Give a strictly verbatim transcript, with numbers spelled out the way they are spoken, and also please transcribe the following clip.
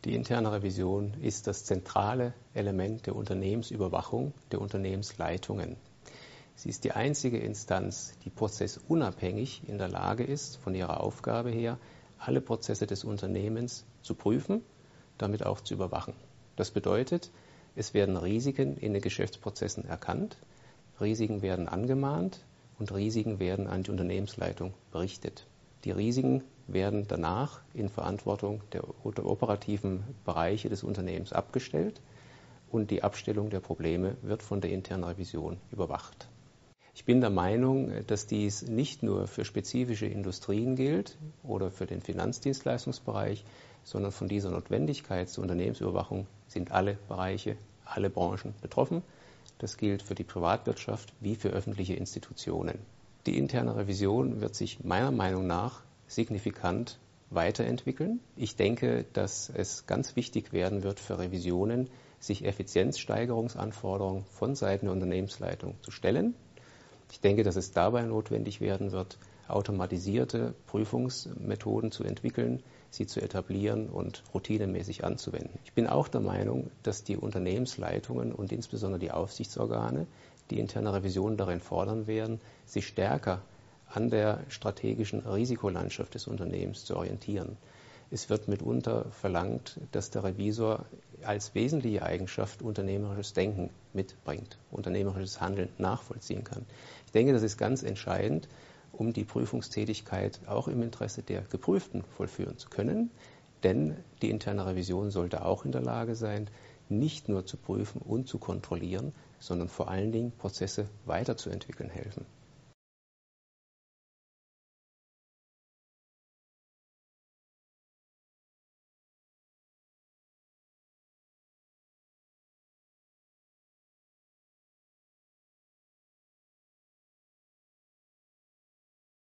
Die interne Revision ist das zentrale Element der Unternehmensüberwachung, der Unternehmensleitungen. Sie ist die einzige Instanz, die prozessunabhängig in der Lage ist, von ihrer Aufgabe her, alle Prozesse des Unternehmens zu prüfen, damit auch zu überwachen. Das bedeutet, es werden Risiken in den Geschäftsprozessen erkannt, Risiken werden angemahnt und Risiken werden an die Unternehmensleitung berichtet. Die Risiken werden danach in Verantwortung der operativen Bereiche des Unternehmens abgestellt und die Abstellung der Probleme wird von der internen Revision überwacht. Ich bin der Meinung, dass dies nicht nur für spezifische Industrien gilt oder für den Finanzdienstleistungsbereich, sondern von dieser Notwendigkeit zur Unternehmensüberwachung sind alle Bereiche, alle Branchen betroffen. Das gilt für die Privatwirtschaft wie für öffentliche Institutionen. Die interne Revision wird sich meiner Meinung nach signifikant weiterentwickeln. Ich denke, dass es ganz wichtig werden wird für Revisionen, sich Effizienzsteigerungsanforderungen von Seiten der Unternehmensleitung zu stellen. Ich denke, dass es dabei notwendig werden wird, automatisierte Prüfungsmethoden zu entwickeln, sie zu etablieren und routinemäßig anzuwenden. Ich bin auch der Meinung, dass die Unternehmensleitungen und insbesondere die Aufsichtsorgane die interne Revision darin fordern werden, sich stärker an der strategischen Risikolandschaft des Unternehmens zu orientieren. Es wird mitunter verlangt, dass der Revisor als wesentliche Eigenschaft unternehmerisches Denken mitbringt, unternehmerisches Handeln nachvollziehen kann. Ich denke, das ist ganz entscheidend, um die Prüfungstätigkeit auch im Interesse der Geprüften vollführen zu können. Denn die interne Revision sollte auch in der Lage sein, nicht nur zu prüfen und zu kontrollieren, sondern vor allen Dingen Prozesse weiterzuentwickeln helfen.